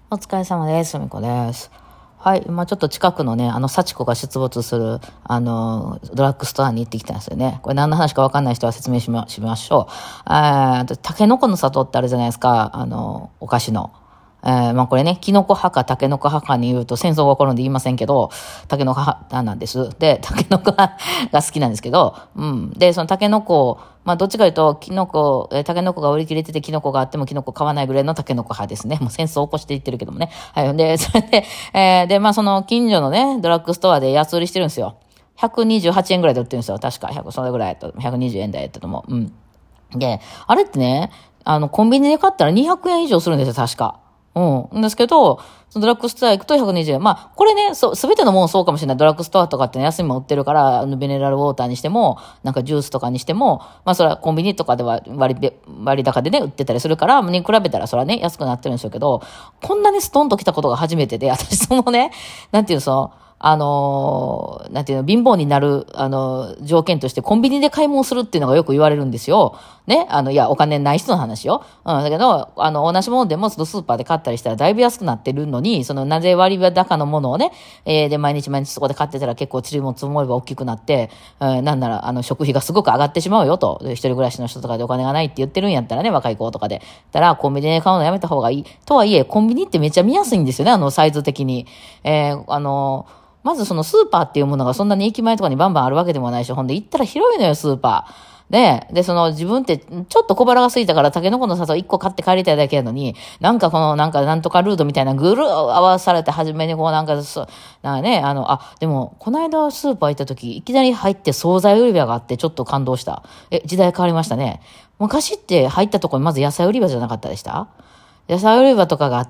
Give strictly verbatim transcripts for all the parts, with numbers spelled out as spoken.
お疲れ様です。みこです。はい。今ちょっと近くのね、あの、幸子が出没する、あの、ドラッグストアに行ってきたんですよね。これ何の話かわかんない人は説明しま、しましょう。あー、タケノコの里ってあるじゃないですか。あの、お菓子の。えー、まあこれね、キノコ派かタケノコ派かに言うと戦争が起こるんで言いませんけど、タケノコ派なんです。で、タケノコが好きなんですけど、うん。で、そのタケノコ、まあどっちかというと、キノコ、えー、タケノコが売り切れててキノコがあってもキノコ買わないぐらいのタケノコ派ですね。もう戦争を起こしていってるけどもね。はい。で、それで、えー、で、まあその近所のね、ドラッグストアで安売りしてるんですよ。ひゃくにじゅうはちえんぐらいで売ってるんですよ。確か。ひゃく、それぐらいやった。ひゃくにじゅうえん台やったと思う。うん。で、あれってね、あの、コンビニで買ったらにひゃくえん以上するんですよ、確か。うん。ですけど、そのドラッグストア行くとひゃくにじゅうえん。まあ、これね、そう、すべてのもんそうかもしれない。ドラッグストアとかってね、安いもん売ってるから、あの、ミネラルウォーターにしても、なんかジュースとかにしても、まあ、それはコンビニとかでは割り、割高でね、売ってたりするから、に比べたらそれはね、安くなってるんでしょうけど、こんなにストンと来たことが初めてで、私そのね、なんていうの、その、あのー、なんていうの、貧乏になる、あのー、条件としてコンビニで買い物するっていうのがよく言われるんですよ。ね。あの、いや、お金ない人の話よ。うん。だけど、あの、同じものでも、そのスーパーで買ったりしたらだいぶ安くなってるのに、その、なぜ割高のものをね、えー、で、毎日毎日そこで買ってたら結構塵も積もれば大きくなって、えー、なんなら、あの、食費がすごく上がってしまうよと。で一人暮らしの人とかでお金がないって言ってるんやったらね、若い子とかで。たら、コンビニで買うのやめた方がいい。とはいえ、コンビニってめっちゃ見やすいんですよね、あの、サイズ的に。えー、あのー、まずそのスーパーっていうものがそんなに駅前とかにバンバンあるわけでもないし、ほんで行ったら広いのよ、スーパー。で、で、その自分ってちょっと小腹が空いたからタケノコの里いっこ買って帰りたいだけやのに、なんかこのなんかなんとかルートみたいなぐるー合わされて初めにこうなんかそ、なんかね、あの、あ、でもこの間スーパー行った時いきなり入って惣菜売り場があってちょっと感動した。え、時代変わりましたね。昔って入ったところにまず野菜売り場じゃなかったでした？野菜売り場とかがあって、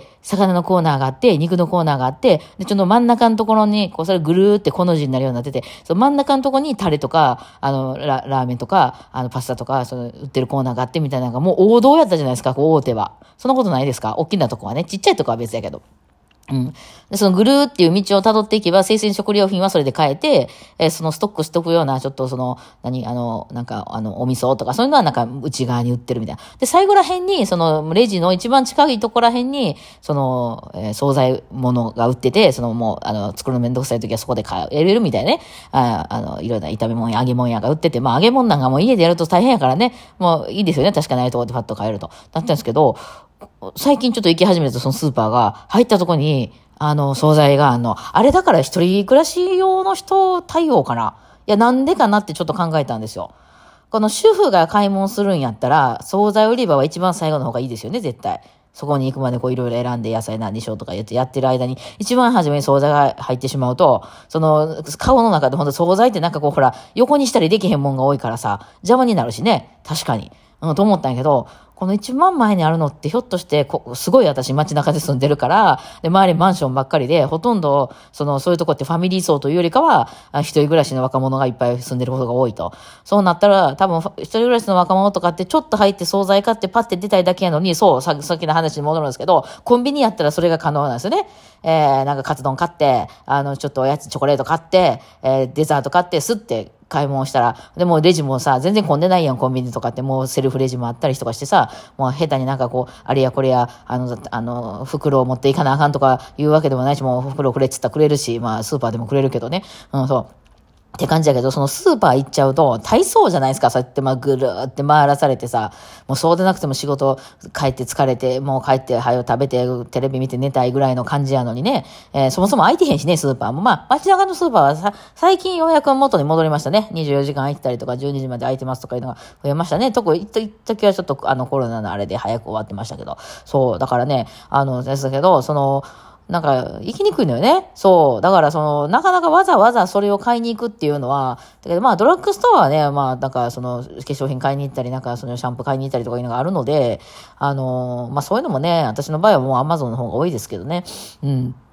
魚のコーナーがあって、肉のコーナーがあって、で、ちょっと真ん中のところに、こう、それぐるーってこの字になるようになってて、その真ん中のところにタレとか、あの、ララーメンとか、あの、パスタとか、その、売ってるコーナーがあってみたいなのが、もう王道やったじゃないですか、こう、大手は。そんなことないですか？大きなとこはね。ちっちゃいとこは別やけど。うん。で、そのぐるーっていう道を辿っていけば、生鮮食料品はそれで買えて、えーそのストックしとくような、ちょっとその、何、あの、なんか、あの、お味噌とか、そういうのはなんか内側に売ってるみたいな。で、最後ら辺に、その、レジの一番近いところら辺に、その、えー惣菜物が売ってて、そのもう、あの、作るのめんどくさい時はそこで買えれるみたいなね。あ、あの、いろんな炒め物や揚げ物やが売ってて、まあ揚げ物なんかもう家でやると大変やからね、もういいですよね。確かにああいうところでパッと買えると。なったんですけど、最近ちょっと行き始めたそのスーパーが入ったところに、あの、惣菜が、あの、あれだから一人暮らし用の人対応かな。いや、なんでかなってちょっと考えたんですよ。この主婦が買い物するんやったら、惣菜売り場は一番最後の方がいいですよね、絶対。そこに行くまでこういろいろ選んで野菜何しようとか言ってやってる間に、一番初めに惣菜が入ってしまうと、その、顔の中でほんと惣菜ってなんかこうほら、横にしたりできへんもんが多いからさ、邪魔になるしね、確かに。うん、と思ったんやけど、この一番前にあるのってひょっとしてこ、すごい私街中で住んでるから、で、周りマンションばっかりで、ほとんど、その、そういうとこってファミリー層というよりかは、あ一人暮らしの若者がいっぱい住んでることが多いと。そうなったら、多分、一人暮らしの若者とかってちょっと入って惣菜買ってパッて出たいだけやのに、そう、ささっきの話に戻るんですけど、コンビニやったらそれが可能なんですよね。えー、なんかカツ丼買って、あの、ちょっとおやつ、チョコレート買って、えー、デザート買って、すって、買い物したら、でもレジもさ、全然混んでないやん、コンビニとかってもうセルフレジもあったりとかしてさ、もう下手になんかこう、あれやこれや、あの、あの、袋を持っていかなあかんとか言うわけでもないし、もう袋くれっつったらくれるし、まあスーパーでもくれるけどね。うん、そう。って感じだけど、そのスーパー行っちゃうと、大層じゃないですか。そうやってまあぐるーって回らされてさ、もうそうでなくても仕事帰って疲れて、もう帰って、はよ食べて、テレビ見て寝たいぐらいの感じやのにね、えー、そもそも空いてへんしね、スーパーも。まあ、街中のスーパーはさ、最近ようやく元に戻りましたね。にじゅうよじかん空いてたりとか、じゅうにじまで空いてますとかいうのが増えましたね。特に、一時はちょっとあのコロナのあれで早く終わってましたけど。そう、だからね、あの、ですけど、その、なんか、行きにくいのよね。そう。だから、その、なかなかわざわざそれを買いに行くっていうのは、だけど、まあ、ドラッグストアはね、まあ、なんか、その、化粧品買いに行ったり、なんか、その、シャンプー買いに行ったりとかいうのがあるので、あの、まあ、そういうのもね、私の場合はもうアマゾンの方が多いですけどね。うん。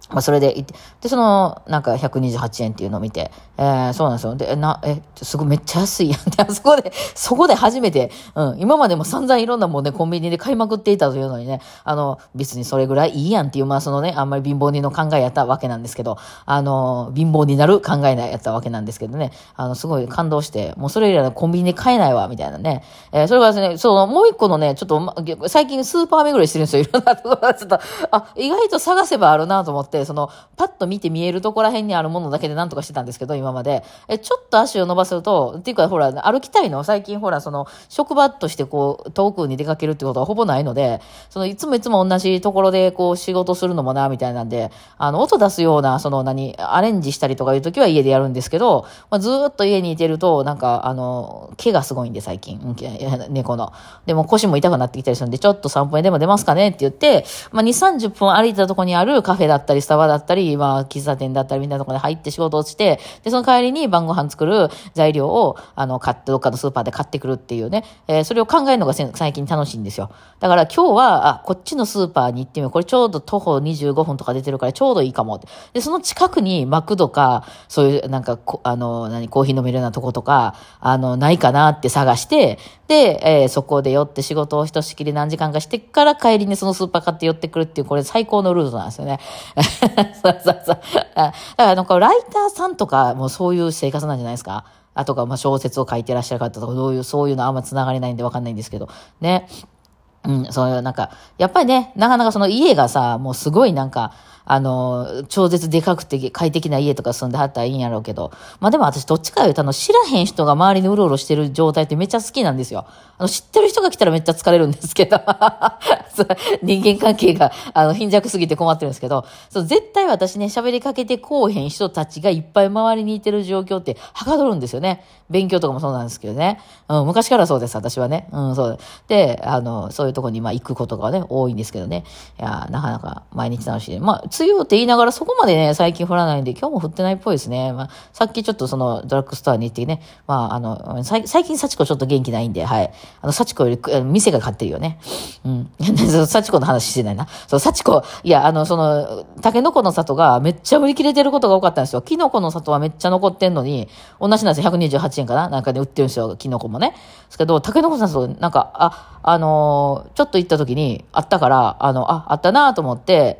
まあ、それで行って、で、その、なんかひゃくにじゅうはちえんっていうのを見て、えー、そうなんですよ。で、な、え、すごいめっちゃ安いやんって、あそこで、そこで初めて、うん、今までも散々いろんなもんね、コンビニで買いまくっていたというのにね、あの、別にそれぐらいいいやんっていう、まあそのね、あんまり貧乏人の考えやったわけなんですけど、あの、貧乏になる考えやったわけなんですけどね、あの、すごい感動して、もうそれ以来のコンビニで買えないわ、みたいなね。えー、それからですね、そう、もう一個のね、ちょっと、ま、最近スーパー巡りしてるんですよ、いろんなところ。ちょっと、あ、意外と探せばあるなと思って、その、パッと見て見えるところら辺にあるものだけで何とかしてたんですけど、今まで。え、ちょっと足を伸ばすと、っていうか、ほら、歩きたいの最近、ほら、その、職場としてこう、遠くに出かけるってことはほぼないので、その、いつもいつも同じところで、こう、仕事するのもな、みたいなんで、あの、音出すような、その、何、アレンジしたりとかいう時は家でやるんですけど、まあ、ずーっと家にいてると、なんか、あの、毛がすごいんで、最近。うん、猫の。でも腰も痛くなってきたりするんで、ちょっと散歩にでも出ますかねって言って、まあ、に、さんじゅっぷん歩いたところにあるカフェだったり、スタバだったり、まあ、喫茶店だったりみたいなところに入って仕事をして、で、その帰りに晩ご飯作る材料を、あの、買って、どっかのスーパーで買ってくるっていうね、えー、それを考えるのが最近楽しいんですよ。だから今日は、あ、こっちのスーパーに行ってみよう。これちょうど徒歩にじゅうごふんとか出てるからちょうどいいかもって。で、その近くにマクドか、そういう、なんか、あの、何、コーヒー飲めるようなとことか、あの、ないかなって探して、で、えー、そこで寄って仕事をひとしきり何時間かしてから帰りにそのスーパー買って寄ってくるっていう、これ最高のルートなんですよね。そうそうそう。だからなんかライターさんとかもそういう生活なんじゃないですか。あとか、まあ小説を書いてらっしゃる方とか、どういう、そういうのあんま繋がれないんでわかんないんですけど、ね。うん、そういう、なんか、やっぱりね、なかなかその家がさ、もうすごいなんか、あの、超絶でかくて快適な家とか住んではったらいいんやろうけど、まあでも私どっちか言うとあの、知らへん人が周りにうろうろしてる状態ってめっちゃ好きなんですよ。あの、知ってる人が来たらめっちゃ疲れるんですけど、人間関係が、あの、貧弱すぎて困ってるんですけど、そう、絶対私ね、喋りかけてこうへん人たちがいっぱい周りにいてる状況ってはかどるんですよね。勉強とかもそうなんですけどね。うん、昔からそうです、私はね。うん、そう。で、あの、そういうところにまあ行くことがね、多いんですけどね。いや、なかなか毎日楽しい。まあ、梅雨って言いながらそこまでね、最近降らないんで、今日も降ってないっぽいですね。まあ、さっきちょっとそのドラッグストアに行ってね、まあ、あの、最近幸子ちょっと元気ないんで、はい。あの、幸子より、店が買ってるよね。うん。幸子の話してないな。そう、幸子、いや、あの、その、タケノコの里がめっちゃ売り切れてることが多かったんですよ。キノコの里はめっちゃ残ってんのに、同じなんですよ。ひゃくにじゅうはちえんかななんかで売ってるんですよ。キノコもね。ですけど、タケノコの里、なんか、あ、あのー、ちょっと行った時にあったから、あの、あ、あったなと思って、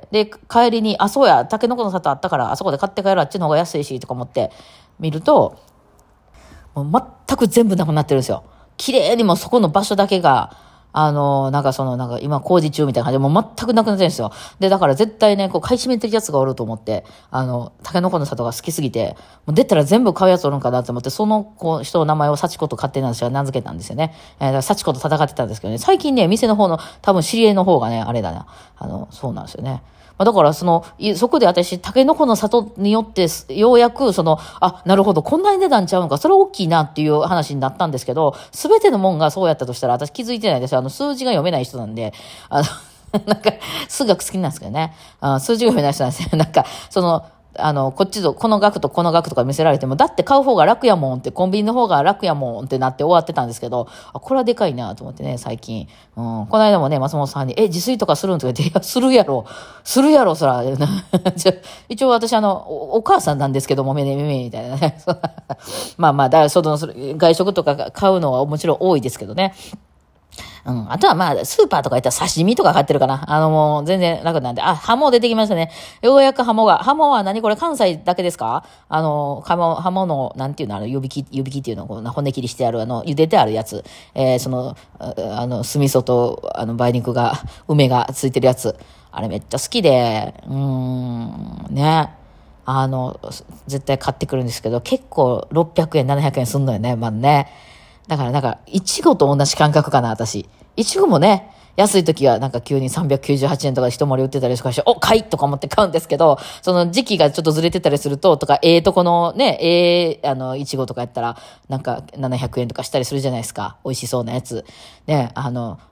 で、帰りに、あ、そうや、タケノコの里あったから、あそこで買って帰るあっちの方が安いし、とか思って、見ると、もう全く全部なくなってるんですよ。綺麗にもそこの場所だけが、あの、なんかその、なんか今工事中みたいな感じで、もう全くなくなってるんですよ。で、だから絶対ね、こう買い占めてるやつがおると思って、あの、タケノコの里が好きすぎて、もう出たら全部買うやつおるんかなと思って、その子、人の名前を幸子と勝手な私が名付けたんですよね。えー、だから幸子と戦ってたんですけどね、最近ね、店の方の、多分知り合いの方がね、あれだな。あの、そうなんですよね。まあ、だからその、そこで私、タケノコの里によって、ようやく、その、あ、なるほど、こんなに値段ちゃうんか、それ大きいなっていう話になったんですけど、すべてのもんがそうやったとしたら、私気づいてないです。あの、数字が読めない人なんで、あの、なんか、数学好きなんですけどね。あ、数字が読めない人なんですよ。なんか、その、あの、こっちと、この額とこの額とか見せられても、だって買う方が楽やもんって、コンビニの方が楽やもんってなって終わってたんですけど、あ、これはでかいなと思ってね、最近。うん。この間もね、松本さんに、え、自炊とかするんとか言って、いや、するやろ。するやろ、そら。一応私、あのお、お母さんなんですけども、めねめめみたいなね。まあまあ、だから、その、外食とか買うのはもちろん多いですけどね。うん。あとはまあ、スーパーとか行ったら刺身とか買ってるかな。あのもう全然楽なんで。あ、ハモ出てきましたね。ようやくハモが。ハモは何これ関西だけですか？あの、ハモ、ハモの、なんていうの、あの、湯引き、湯引きっていうの、こう骨切りしてある、あの、茹でてあるやつ。えー、その、あの、酢味噌と、あの、梅肉が、梅がついてるやつ。あれめっちゃ好きで、うーん、ね。あの、絶対買ってくるんですけど、結構ろっぴゃくえん、ななひゃくえんすんのよね、まだね。だからなんか、いちごと同じ感覚かな、私。いちごもね、安い時はなんか急にさんびゃくきゅうじゅうはちえんとかで一盛り売ってたりとかして、お、買いとか思って買うんですけど、その時期がちょっとずれてたりすると、とか、ええとこのね、ええあの、いちごとかやったら、なんかななひゃくえんとかしたりするじゃないですか。美味しそうなやつ。ね、あの、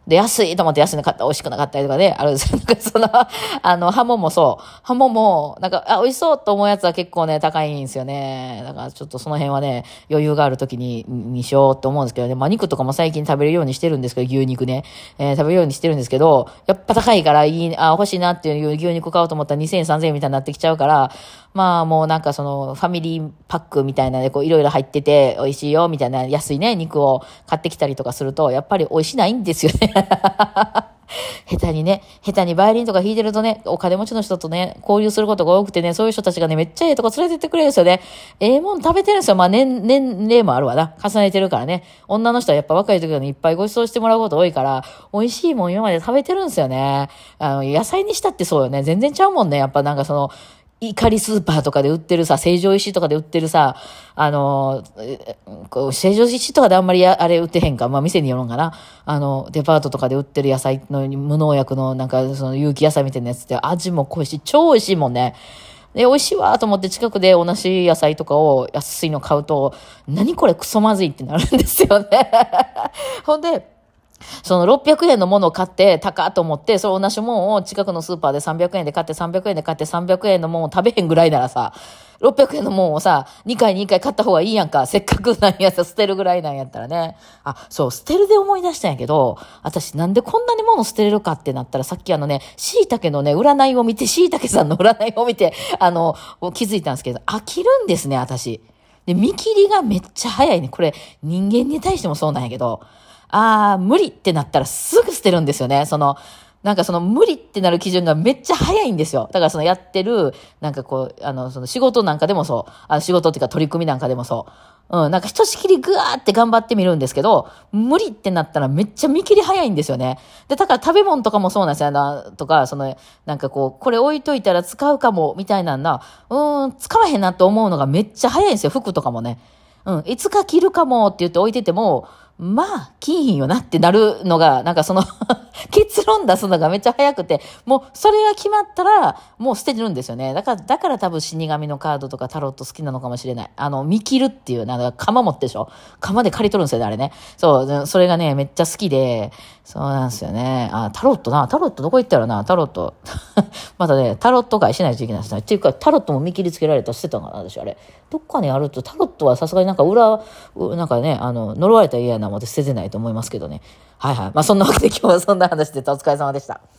で、安いと思って安いの買ったら美味しくなかったりとかね、あるんですよ。なんかその、あの、ハモもそう。ハモも、なんか、あ、美味しそうと思うやつは結構ね、高いんですよね。だからちょっとその辺はね、余裕がある時に、にしようと思うんですけどね。まあ、肉とかも最近食べるようにしてるんですけど、牛肉ね。えー、食べるようにしてるんですけど、やっぱ高いからいい、あ、欲しいなっていう牛肉買おうと思ったらにせんえん、さんぜんえんみたいになってきちゃうから、まあもうなんかそのファミリーパックみたいなね、こういろいろ入ってて美味しいよみたいな安いね、肉を買ってきたりとかすると、やっぱり美味しないんですよね。下手にね、下手にバイオリンとか弾いてるとね、お金持ちの人とね、交流することが多くてね、そういう人たちがね、めっちゃええとこ連れてってくれるんですよね。ええもん食べてるんですよ。まあ年、年齢もあるわな。重ねてるからね。女の人はやっぱ若い時にいっぱいご馳走してもらうこと多いから、美味しいもん今まで食べてるんですよね。あの、野菜にしたってそうよね。全然ちゃうもんね。やっぱなんかその、怒りスーパーとかで売ってるさ、成城石井とかで売ってるさ、あの、こう成城石井とかであんまりあれ売ってへんか、まあ店によるんかな。あの、デパートとかで売ってる野菜の無農薬のなんかその有機野菜みたいなやつって味も濃いし、超美味しいもんね。で、美味しいわと思って近くで同じ野菜とかを安いの買うと、何これクソまずいってなるんですよね。ほんで、そのろっぴゃくえんのものを買って高っと思って、その同じもんを近くのスーパーでさんびゃくえんで買ってさんびゃくえんで買ってさんびゃくえんのもんを食べへんぐらいならさ、ろっぴゃくえんのもんをさ、にかいにいっかい買った方がいいやんか。せっかくなんやつ捨てるぐらいなんやったらね。あ、そう、捨てるで思い出したんやけど、私なんでこんなに物捨てれるかってなったらさっきあのね、椎茸のね、占いを見て、椎茸さんの占いを見て、あの、気づいたんですけど、飽きるんですね、私。で、見切りがめっちゃ早いね。これ、人間に対してもそうなんやけど、あー、無理ってなったらすぐ捨てるんですよね。その、なんかその無理ってなる基準がめっちゃ早いんですよ。だからそのやってる、なんかこう、あの、その仕事なんかでもそう、あの仕事っていうか取り組みなんかでもそう。うん、なんかひとしきりぐわーって頑張ってみるんですけど、無理ってなったらめっちゃ見切り早いんですよね。で、だから食べ物とかもそうなんですよ。なとか、その、なんかこう、これ置いといたら使うかも、みたいなんな、うーん、使わへんなと思うのがめっちゃ早いんですよ。服とかもね。うん、いつか着るかもって言って置いてても、まあ、着いひんよなってなるのが、なんかその結論出すのがめっちゃ早くて、もうそれが決まったら、もう捨てるんですよね。だから、だから多分死神のカードとかタロット好きなのかもしれない。あの、見切るっていう、なんか鎌持ってでしょ。鎌で借り取るんですよね、あれね。そう、それがね、めっちゃ好きで、そうなんですよね。あ、タロットな、タロットどこ行ったらな、タロット。またね、タロット買いしないといけないですね。っていうか、タロットも見切りつけられたら捨てたんかな、私あれ。どっかにあると、タロットはさすがになんか裏、なんかね、あの、呪われたら嫌なもんで捨ててないと思いますけどね。はいはい。まあそんなわけで今日はそんな話でお疲れ様でした。